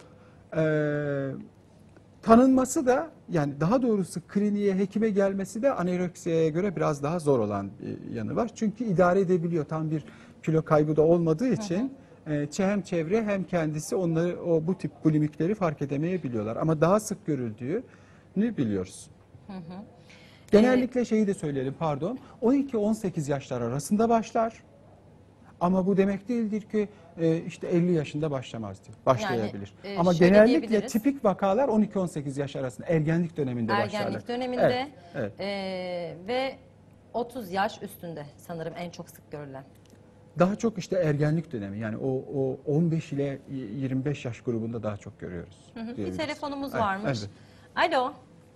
Tanınması da yani daha doğrusu kliniğe, hekime gelmesi de anoreksiyaya göre biraz daha zor olan bir yanı var. Çünkü idare edebiliyor. Tam bir kilo kaybı da olmadığı için hem çevre hem kendisi onları bu tip bulimikleri fark edemeyebiliyorlar. Ama daha sık görüldüğünü biliyoruz. Genellikle şeyi de söyleyelim pardon. 12-18 yaşlar arasında başlar. Ama bu demek değildir ki işte 50 yaşında başlamaz diyor. Başlayabilir. Yani, Ama şöyle genellikle diyebiliriz. tipik vakalar 12-18 yaş arasında ergenlik döneminde başlarlar. Ergenlik döneminde Evet, evet. ve 30 yaş üstünde sanırım en çok sık görülen. Daha çok işte ergenlik dönemi yani o 15 ile 25 yaş grubunda daha çok görüyoruz. Bir diyebiliriz. telefonumuz Evet, varmış. evet. Alo.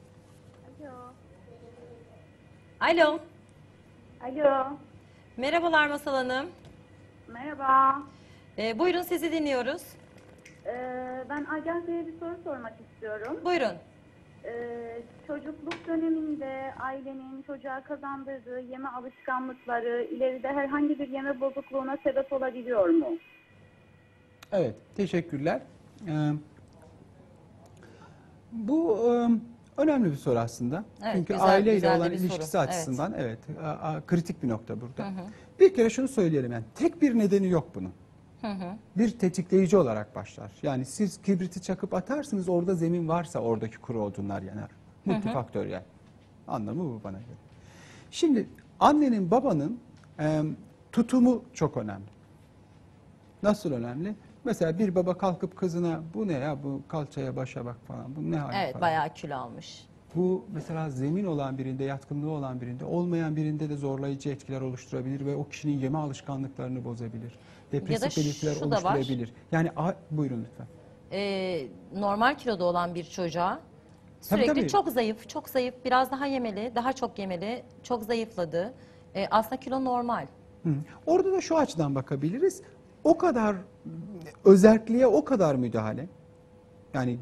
Alo. Alo. Alo. Merhabalar Masal Hanım. Merhaba. Buyurun sizi dinliyoruz. Ben Agah Bey'e bir soru sormak istiyorum. Buyurun. Çocukluk döneminde ailenin çocuğa kazandırdığı yeme alışkanlıkları ileride herhangi bir yeme bozukluğuna sebep olabiliyor mu? Evet, teşekkürler. Bu önemli bir soru aslında. Evet, Çünkü güzel- aileyle güzel de olan bir ilişkisi soru. açısından evet, kritik bir nokta burada. Bir kere şunu söyleyelim yani tek bir nedeni yok bunun. Bir tetikleyici olarak başlar. Yani siz kibriti çakıp atarsınız orada zemin varsa oradaki kuru odunlar yanar. Multifaktöriyel. Anlamı bu bana göre. Şimdi annenin babanın tutumu çok önemli. Nasıl önemli? Mesela bir baba kalkıp kızına bu ne ya bu kalçaya başa bak falan bu ne hali Evet falan. bayağı kilo almış. Bu mesela zemin olan birinde, yatkınlığı olan birinde, olmayan birinde de zorlayıcı etkiler oluşturabilir ve o kişinin yeme alışkanlıklarını bozabilir. Depresif belirtiler şu da var. oluşturabilir. Yani buyurun lütfen. Normal kiloda olan bir çocuğa Tabii, sürekli tabii. çok zayıf, biraz daha yemeli, daha çok yemeli, çok zayıfladı. Aslında kilo normal. Hı. Orada da şu açıdan bakabiliriz. O kadar özerkliğe o kadar müdahale. Yani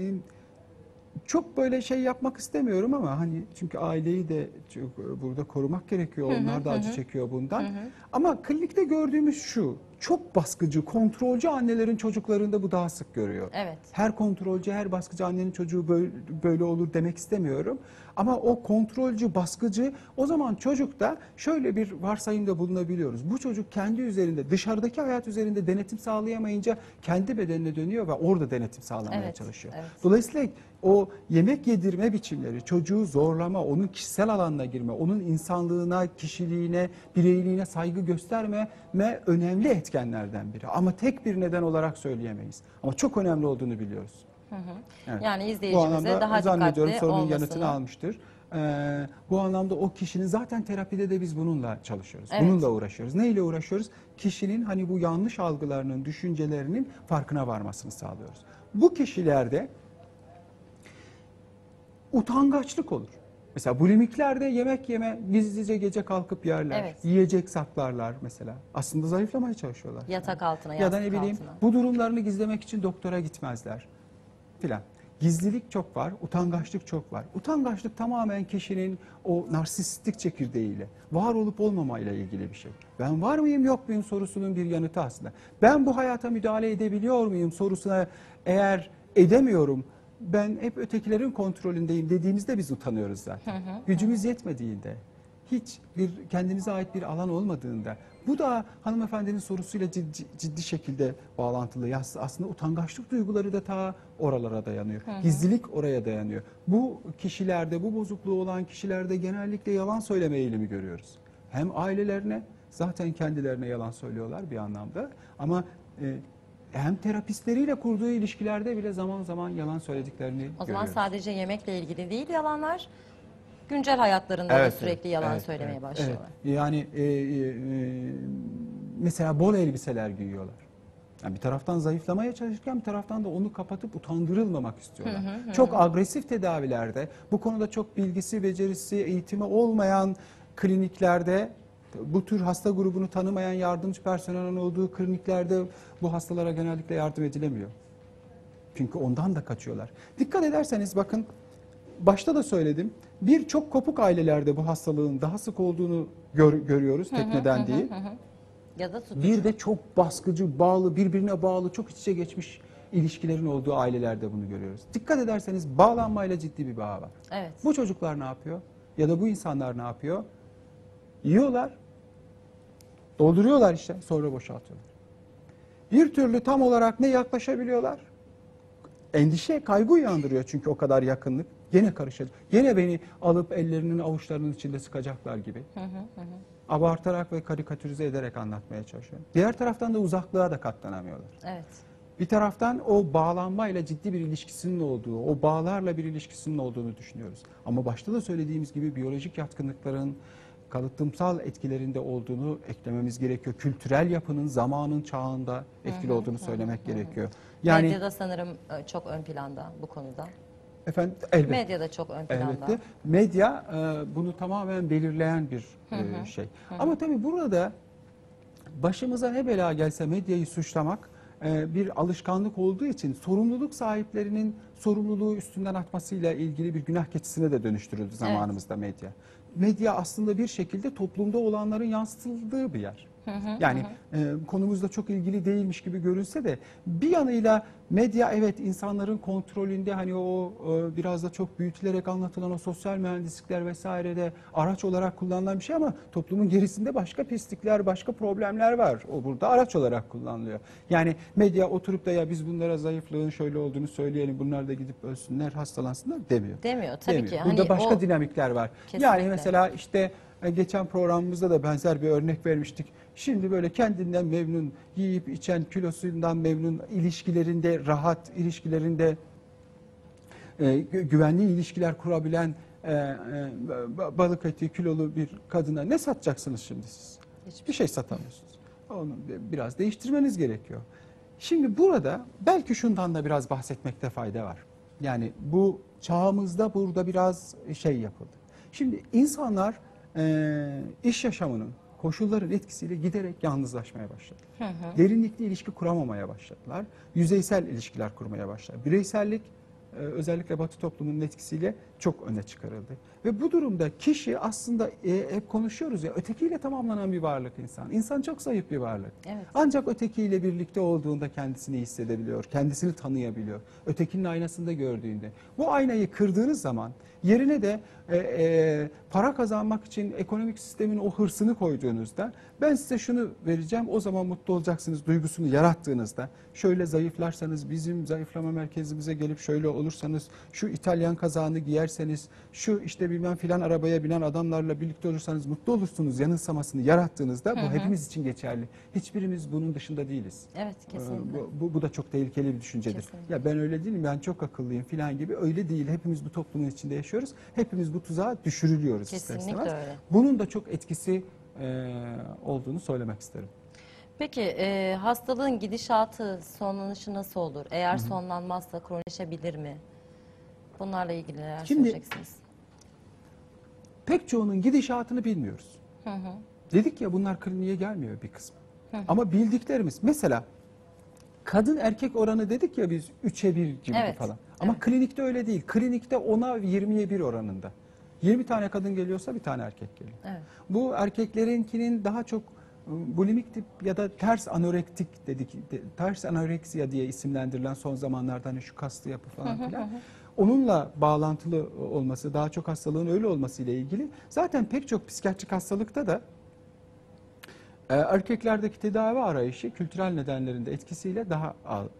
çok böyle şey yapmak istemiyorum ama hani çünkü aileyi de burada korumak gerekiyor. Onlar da acı çekiyor bundan. Ama klinikte gördüğümüz şu. Çok baskıcı, kontrolcü annelerin çocuklarında bu daha sık görüyor. Evet. Her kontrolcü, her baskıcı annenin çocuğu böyle olur demek istemiyorum. Ama o kontrolcü, baskıcı o zaman çocukta şöyle bir varsayımda bulunabiliyoruz. Bu çocuk kendi üzerinde, dışarıdaki hayat üzerinde denetim sağlayamayınca kendi bedenine dönüyor ve orada denetim sağlamaya Evet, çalışıyor. evet. Dolayısıyla o yemek yedirme biçimleri, çocuğu zorlama, onun kişisel alanına girme, onun insanlığına, kişiliğine, bireyliğine saygı göstermeme önemli etkenlerden biri. Ama tek bir neden olarak söyleyemeyiz. Ama çok önemli olduğunu biliyoruz. Evet. Yani Bu izleyicimize anlamda daha zannediyorum dikkatli sorunun olmasını. yanıtını almıştır. Bu anlamda o kişinin zaten terapide de biz bununla çalışıyoruz. Evet. Bununla uğraşıyoruz. Neyle uğraşıyoruz? Kişinin hani bu yanlış algılarının, düşüncelerinin farkına varmasını sağlıyoruz. Bu kişilerde utangaçlık olur. Mesela bulimiklerde yemek yeme, gizlice gece kalkıp yerler, Evet. yiyecek saklarlar mesela. Aslında zayıflamaya çalışıyorlar. Yatak altına, Ya da ne yastık bileyim altına. bu durumlarını gizlemek için doktora gitmezler filan. Gizlilik çok var, utangaçlık çok var. Utangaçlık tamamen kişinin o narsistik çekirdeğiyle, var olup olmamayla ilgili bir şey. Ben var mıyım yok muyum sorusunun bir yanıtı aslında. Ben bu hayata müdahale edebiliyor muyum sorusuna eğer edemiyorum, ben hep ötekilerin kontrolündeyim dediğimizde biz utanıyoruz zaten. Gücümüz yetmediğinde, hiç bir kendimize ait bir alan olmadığında, bu da hanımefendinin sorusuyla ciddi şekilde bağlantılı. Aslında utangaçlık duyguları da ta oralara dayanıyor. Gizlilik oraya dayanıyor. Bu kişilerde, bu bozukluğu olan kişilerde genellikle yalan söyleme eğilimi görüyoruz. Hem ailelerine Zaten kendilerine yalan söylüyorlar bir anlamda. Ama hem terapistleriyle kurduğu ilişkilerde bile zaman zaman yalan söylediklerini O zaman görüyoruz. sadece yemekle ilgili değil yalanlar, güncel hayatlarında da sürekli yalan söylemeye başlıyorlar. Evet. Yani mesela bol elbiseler giyiyorlar. Yani bir taraftan zayıflamaya çalışırken bir taraftan da onu kapatıp utandırılmamak istiyorlar. Çok agresif tedavilerde, bu konuda çok bilgisi, becerisi, eğitimi olmayan kliniklerde, bu tür hasta grubunu tanımayan yardımcı personelin olduğu kliniklerde bu hastalara genellikle yardım edilemiyor. Çünkü ondan da kaçıyorlar. Dikkat ederseniz bakın, başta da söyledim, birçok kopuk ailelerde bu hastalığın daha sık olduğunu görüyoruz, tek neden değil. Ya da tutucu. Bir de çok baskıcı, bağlı, birbirine bağlı, çok iç içe geçmiş ilişkilerin olduğu ailelerde bunu görüyoruz. Dikkat ederseniz bağlanmayla ciddi bir bağ var. Evet. Bu çocuklar ne yapıyor? Ya da bu insanlar ne yapıyor? Yiyorlar, dolduruyorlar işte, sonra boşaltıyorlar. Bir türlü tam olarak ne yaklaşabiliyorlar? Endişe, kaygı uyandırıyor çünkü o kadar yakınlık. Gene karışacak. Gene beni alıp ellerinin avuçlarının içinde sıkacaklar gibi. Abartarak ve karikatürize ederek anlatmaya çalışıyor. Diğer taraftan da uzaklığa da katlanamıyorlar. Evet. Bir taraftan o bağlanmayla ciddi bir ilişkisinin olduğu, o bağlarla bir ilişkisinin olduğunu düşünüyoruz. Ama başta da söylediğimiz gibi biyolojik yatkınlıkların kalıtımsal etkilerinde olduğunu eklememiz gerekiyor. Kültürel yapının zamanın çağında etkili olduğunu söylemek gerekiyor. Yani Medyada sanırım çok ön planda bu konuda. efendim elbette. Medyada çok ön planda. Elbette. Medya bunu tamamen belirleyen bir şey. Ama tabii burada başımıza ne bela gelse medyayı suçlamak bir alışkanlık olduğu için sorumluluk sahiplerinin sorumluluğu üstünden atmasıyla ilgili bir günah keçisine de dönüştürüldü zamanımızda medya. Medya aslında bir şekilde toplumda olanların yansıtıldığı bir yer. Yani konumuzla çok ilgili değilmiş gibi görünse de bir yanıyla medya evet insanların kontrolünde, hani o biraz da çok büyütülerek anlatılan o sosyal mühendislikler vesairede araç olarak kullanılan bir şey, ama toplumun gerisinde başka pislikler, başka problemler var. O burada araç olarak kullanılıyor. Yani medya oturup da ya biz bunlara zayıflığın şöyle olduğunu söyleyelim, bunlar da gidip ölsünler, hastalansınlar demiyor. Demiyor tabii Demiyor. ki. Burada Hani başka o- dinamikler var. Kesinlikle. Yani mesela işte geçen programımızda da benzer bir örnek vermiştik. Şimdi böyle kendinden memnun, yiyip içen, kilosundan memnun, ilişkilerinde rahat, ilişkilerinde güvenli ilişkiler kurabilen balık eti kilolu bir kadına ne satacaksınız şimdi siz? Hiçbir şey satamıyorsunuz. Onu biraz değiştirmeniz gerekiyor. Şimdi burada belki şundan da biraz bahsetmekte fayda var. Yani bu çağımızda burada biraz şey yapıldı. Şimdi insanlar iş yaşamının, koşulların etkisiyle giderek yalnızlaşmaya başladı. Derinlikli ilişki kuramamaya başladılar. Yüzeysel ilişkiler kurmaya başladı. Bireysellik özellikle Batı toplumunun etkisiyle çok öne çıkarıldı. Ve bu durumda kişi aslında hep konuşuyoruz ya, ötekiyle tamamlanan bir varlık insan. İnsan çok zayıf bir varlık. Evet. Ancak ötekiyle birlikte olduğunda kendisini hissedebiliyor, kendisini tanıyabiliyor. Ötekinin aynasında gördüğünde. Bu aynayı kırdığınız zaman yerine de para kazanmak için ekonomik sistemin o hırsını koyduğunuzda, ben size şunu vereceğim, o zaman mutlu olacaksınız duygusunu yarattığınızda, şöyle zayıflarsanız, bizim zayıflama merkezimize gelip şöyle olursanız, şu İtalyan kazağını giyerseniz, şu işte bilmem filan arabaya binen adamlarla birlikte olursanız mutlu olursunuz yanılsamasını yarattığınızda, bu hepimiz için geçerli. Hiçbirimiz bunun dışında değiliz. Evet, kesinlikle. Bu da çok tehlikeli bir düşüncedir. Kesinlikle. Ya ben öyle değilim, ben çok akıllıyım filan gibi, öyle değil. Hepimiz bu toplumun içinde yaşıyoruz. Hepimiz bu tuzağa düşürülüyoruz ister Kesinlikle istemez. öyle. Bunun da çok etkisi olduğunu söylemek isterim. Peki hastalığın gidişatı, sonlanışı nasıl olur? Eğer sonlanmazsa kronileşebilir mi? Bunlarla ilgili neler Şimdi- söyleyeceksiniz? Pek çoğunun gidişatını bilmiyoruz. Dedik ya, bunlar kliniğe gelmiyor bir kısmı. Ama bildiklerimiz, mesela kadın erkek oranı dedik ya biz 3'e 1 gibi Evet, falan. Ama klinikte öyle değil. Klinikte 10'a 20'ye 1 oranında. 20 tane kadın geliyorsa bir tane erkek geliyor. Evet. Bu erkeklerinkinin daha çok bulimik tip ya da ters anorektik dedik, ters anoreksiya diye isimlendirilen son zamanlarda hani şu kaslı yapı falan filan. Onunla bağlantılı olması, daha çok hastalığın öyle olması ile ilgili. Zaten pek çok psikiyatrik hastalıkta da erkeklerdeki tedavi arayışı kültürel nedenlerin de etkisiyle daha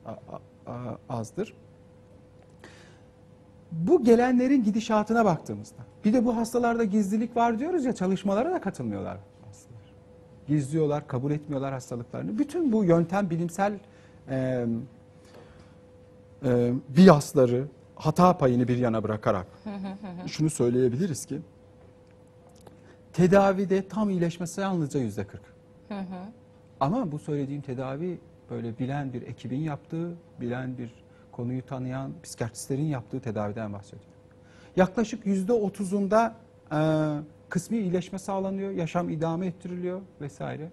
azdır. Bu gelenlerin gidişatına baktığımızda, bir de bu hastalarda gizlilik var diyoruz ya, çalışmalara da katılmıyorlar hastalar. gizliyorlar, kabul etmiyorlar hastalıklarını. Bütün bu yöntem bilimsel biasları, hata payını bir yana bırakarak şunu söyleyebiliriz ki tedavide tam iyileşmesi yalnızca %40. Ama bu söylediğim tedavi böyle bilen bir ekibin yaptığı, bilen bir konuyu tanıyan psikiyatristlerin yaptığı tedaviden bahsediyorum. Yaklaşık %30'unda kısmi iyileşme sağlanıyor, yaşam idame ettiriliyor vesaire.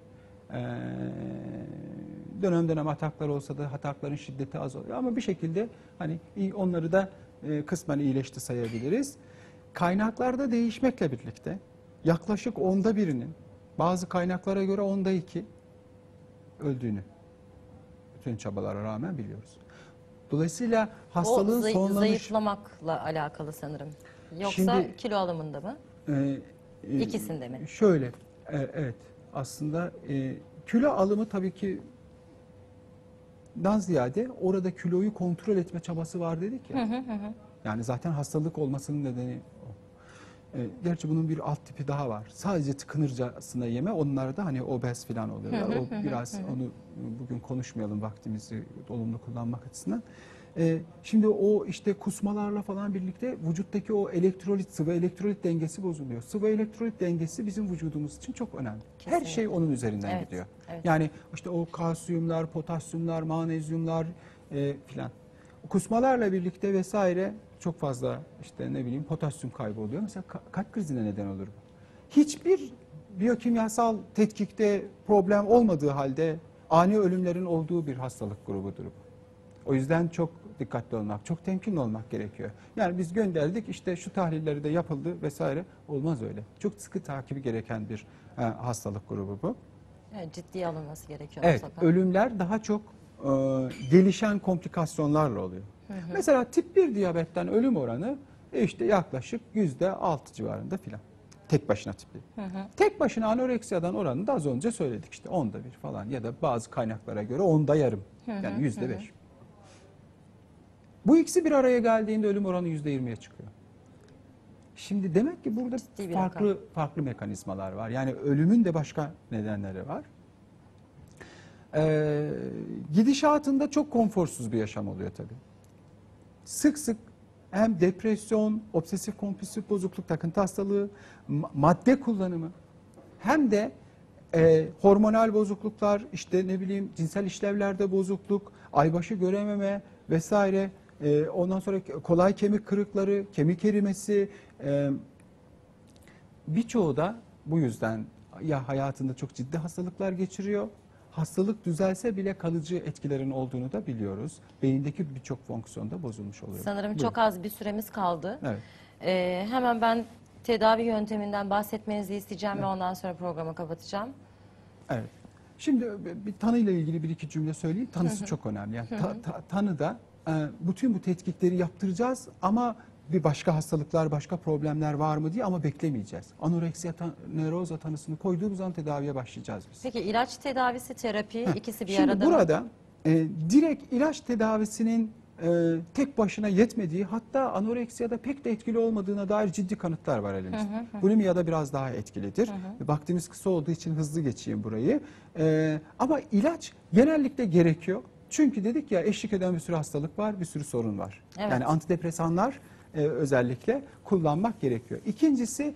Dönem dönem ataklar olsa da atakların şiddeti az oluyor ama bir şekilde hani onları da kısmen iyileşti sayabiliriz. Kaynaklarda değişmekle birlikte yaklaşık 1/10'inin bazı kaynaklara göre 2 öldüğünü bütün çabalara rağmen biliyoruz. Dolayısıyla hastalığın sonlanış... Zayıflamakla alakalı sanırım. Yoksa Şimdi, kilo alımında mı? İkisinde mi? Şöyle, evet aslında kilo alımı tabii ki dan ziyade orada kiloyu kontrol etme çabası var dedik ya. Yani zaten hastalık olmasının nedeni o. Gerçi bunun bir alt tipi daha var. Sadece tıkınırcasına yeme, onlar da hani obez falan oluyorlar. O biraz onu bugün konuşmayalım vaktimizi olumlu kullanmak açısından. Şimdi o işte kusmalarla falan birlikte vücuttaki o elektrolit, sıvı elektrolit dengesi bozuluyor. Sıvı elektrolit dengesi bizim vücudumuz için çok önemli. Kesinlikle. Her şey onun üzerinden gidiyor. Evet. Yani işte o kalsiyumlar, potasyumlar, magnezyumlar filan. Kusmalarla birlikte vesaire çok fazla işte ne bileyim potasyum kaybı oluyor. Mesela kalp krizine neden olur bu. Hiçbir biyokimyasal tetkikte problem olmadığı halde ani ölümlerin olduğu bir hastalık grubudur bu. O yüzden çok dikkatli olmak, çok temkinli olmak gerekiyor. Yani biz gönderdik işte şu tahlilleri de yapıldı vesaire, olmaz öyle. Çok sıkı takibi gereken bir hastalık grubu bu. Evet, ciddiye alınması gerekiyor. Evet, ölümler daha çok gelişen komplikasyonlarla oluyor. Mesela tip 1 diyabetten ölüm oranı işte yaklaşık %6 civarında filan. Tek başına tip 1. Tek başına anoreksiyadan oranını da az önce söyledik işte 1/10 falan ya da bazı kaynaklara göre yarım yani %5. Bu ikisi bir araya geldiğinde ölüm oranı %20'ye çıkıyor. Şimdi demek ki burada farklı mekanizmalar var. Yani ölümün de başka nedenleri var. Gidişatında çok konforsuz bir yaşam oluyor tabii. Sık sık hem depresyon, obsesif kompulsif bozukluk, takıntı hastalığı, madde kullanımı hem de hormonal bozukluklar, işte ne bileyim cinsel işlevlerde bozukluk, aybaşı görememe vesaire, ondan sonra kolay kemik kırıkları, kemik erimesi, birçoğu da bu yüzden ya hayatında çok ciddi hastalıklar geçiriyor. Hastalık düzelse bile kalıcı etkilerin olduğunu da biliyoruz. Beyindeki birçok fonksiyonda bozulmuş oluyor. Sanırım çok az bir süremiz kaldı. Evet. Hemen ben tedavi yönteminden bahsetmenizi isteyeceğim ve ondan sonra programı kapatacağım. Evet. Şimdi bir tanıyla ilgili bir iki cümle söyleyeyim. Tanısı çok önemli. Yani tanıda bütün bu tetkikleri yaptıracağız ama bir başka hastalıklar, başka problemler var mı diye ama beklemeyeceğiz. Anoreksiya nevroza tanısını koyduğumuz an tedaviye başlayacağız biz. Peki ilaç tedavisi, terapi ikisi bir Şimdi arada burada mı? Direkt ilaç tedavisinin tek başına yetmediği, hatta anoreksiyada pek de etkili olmadığına dair ciddi kanıtlar var elimizde. Bulimiyada biraz daha etkilidir. Vaktimiz kısa olduğu için hızlı geçeyim burayı. Ama ilaç genellikle gerekiyor. Çünkü dedik ya, eşlik eden bir sürü hastalık var, bir sürü sorun var. Evet. Yani antidepresanlar özellikle kullanmak gerekiyor. İkincisi,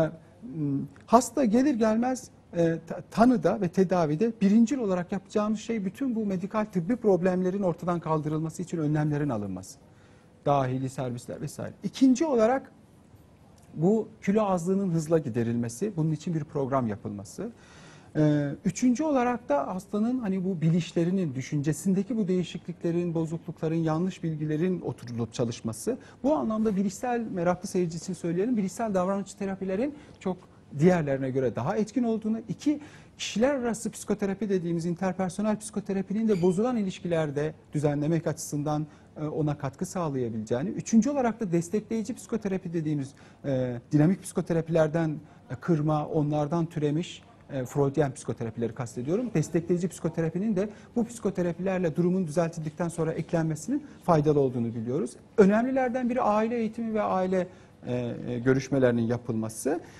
hasta gelir gelmez tanıda ve tedavide birincil olarak yapacağımız şey bütün bu medikal tıbbi problemlerin ortadan kaldırılması için önlemlerin alınması. Dahili servisler vesaire. İkinci olarak bu kilo azlığının hızla giderilmesi, bunun için bir program yapılması. Üçüncü olarak da hastanın hani bu bilişlerinin, düşüncesindeki bu değişikliklerin, bozuklukların, yanlış bilgilerin oturulup çalışması. Bu anlamda bilişsel, meraklı seyirci için söyleyelim, bilişsel davranışçı terapilerin çok diğerlerine göre daha etkin olduğunu, kişiler arası psikoterapi dediğimiz interpersonel psikoterapinin de bozulan ilişkilerde düzenlemek açısından ona katkı sağlayabileceğini, üçüncü olarak da destekleyici psikoterapi dediğimiz dinamik psikoterapilerden kırma, onlardan türemiş Freudian psikoterapileri kastediyorum. Destekleyici psikoterapinin de bu psikoterapilerle durumun düzeltildikten sonra eklenmesinin faydalı olduğunu biliyoruz. Önemlilerden biri aile eğitimi ve aile görüşmelerinin yapılması.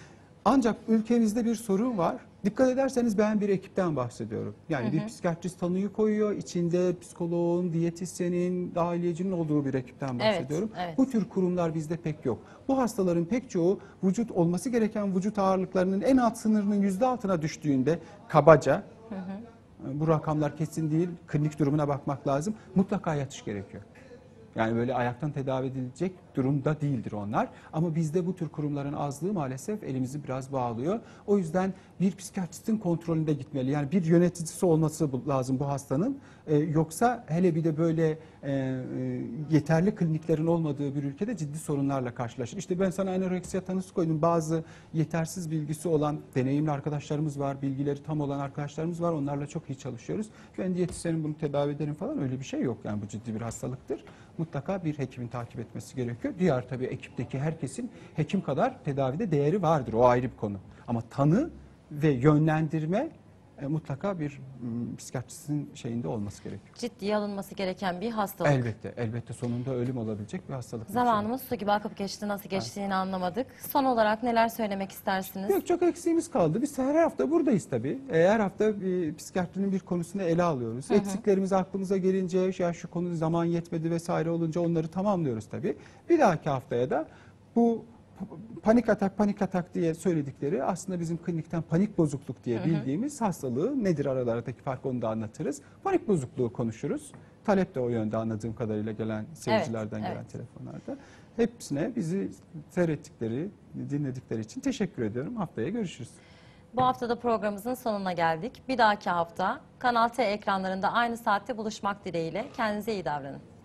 Ancak ülkemizde bir sorun var. Dikkat ederseniz ben bir ekipten bahsediyorum. Yani bir psikiyatrist tanıyı koyuyor. İçinde psikoloğun, diyetisyenin, dahiliyecinin olduğu bir ekipten bahsediyorum. evet. Bu tür kurumlar bizde pek yok. Bu hastaların pek çoğu vücut olması gereken vücut ağırlıklarının en alt sınırının %6'na düştüğünde kabaca, bu rakamlar kesin değil, klinik durumuna bakmak lazım, mutlaka yatış gerekiyor. Yani böyle ayaktan tedavi edilecek durumda değildir onlar. Ama bizde bu tür kurumların azlığı maalesef elimizi biraz bağlıyor. O yüzden bir psikiyatristin kontrolünde gitmeli. Yani bir yöneticisi olması lazım bu hastanın. Yoksa hele bir de böyle yeterli kliniklerin olmadığı bir ülkede ciddi sorunlarla karşılaşır. İşte ben sana anoreksiya tanısı koydum. Bazı yetersiz bilgisi olan deneyimli arkadaşlarımız var. Bilgileri tam olan arkadaşlarımız var. Onlarla çok iyi çalışıyoruz. Ben diyetisyenim, bunu tedavi ederim falan, öyle bir şey yok. Yani bu ciddi bir hastalıktır. Mutlaka bir hekimin takip etmesi gerekiyor. Diğer tabii ekipteki herkesin hekim kadar tedavide değeri vardır. O ayrı bir konu. Ama tanı ve yönlendirme mutlaka bir psikiyatristin şeyinde olması gerekiyor. Ciddiye alınması gereken bir hastalık. Elbette, elbette sonunda ölüm olabilecek bir hastalık. Zamanımız su gibi akıp geçti. Nasıl geçtiğini anlamadık. Son olarak neler söylemek istersiniz? Yok, çok eksiğimiz kaldı. Biz her hafta buradayız tabii. Her hafta psikiyatrinin bir konusunu ele alıyoruz. Eksiklerimiz aklımıza gelince, ya şu konu zaman yetmedi vesaire olunca onları tamamlıyoruz tabii. Bir dahaki haftaya da bu panik atak diye söyledikleri aslında bizim klinikten panik bozukluk diye bildiğimiz hastalığı nedir, aralardaki fark, onu da anlatırız. Panik bozukluğu konuşuruz. Talep de o yönde anladığım kadarıyla gelen seyircilerden gelen telefonlarda. Hepsine bizi seyrettikleri, dinledikleri için teşekkür ediyorum. Haftaya görüşürüz. Bu haftada programımızın sonuna geldik. Bir dahaki hafta Kanal T ekranlarında aynı saatte buluşmak dileğiyle. Kendinize iyi davranın.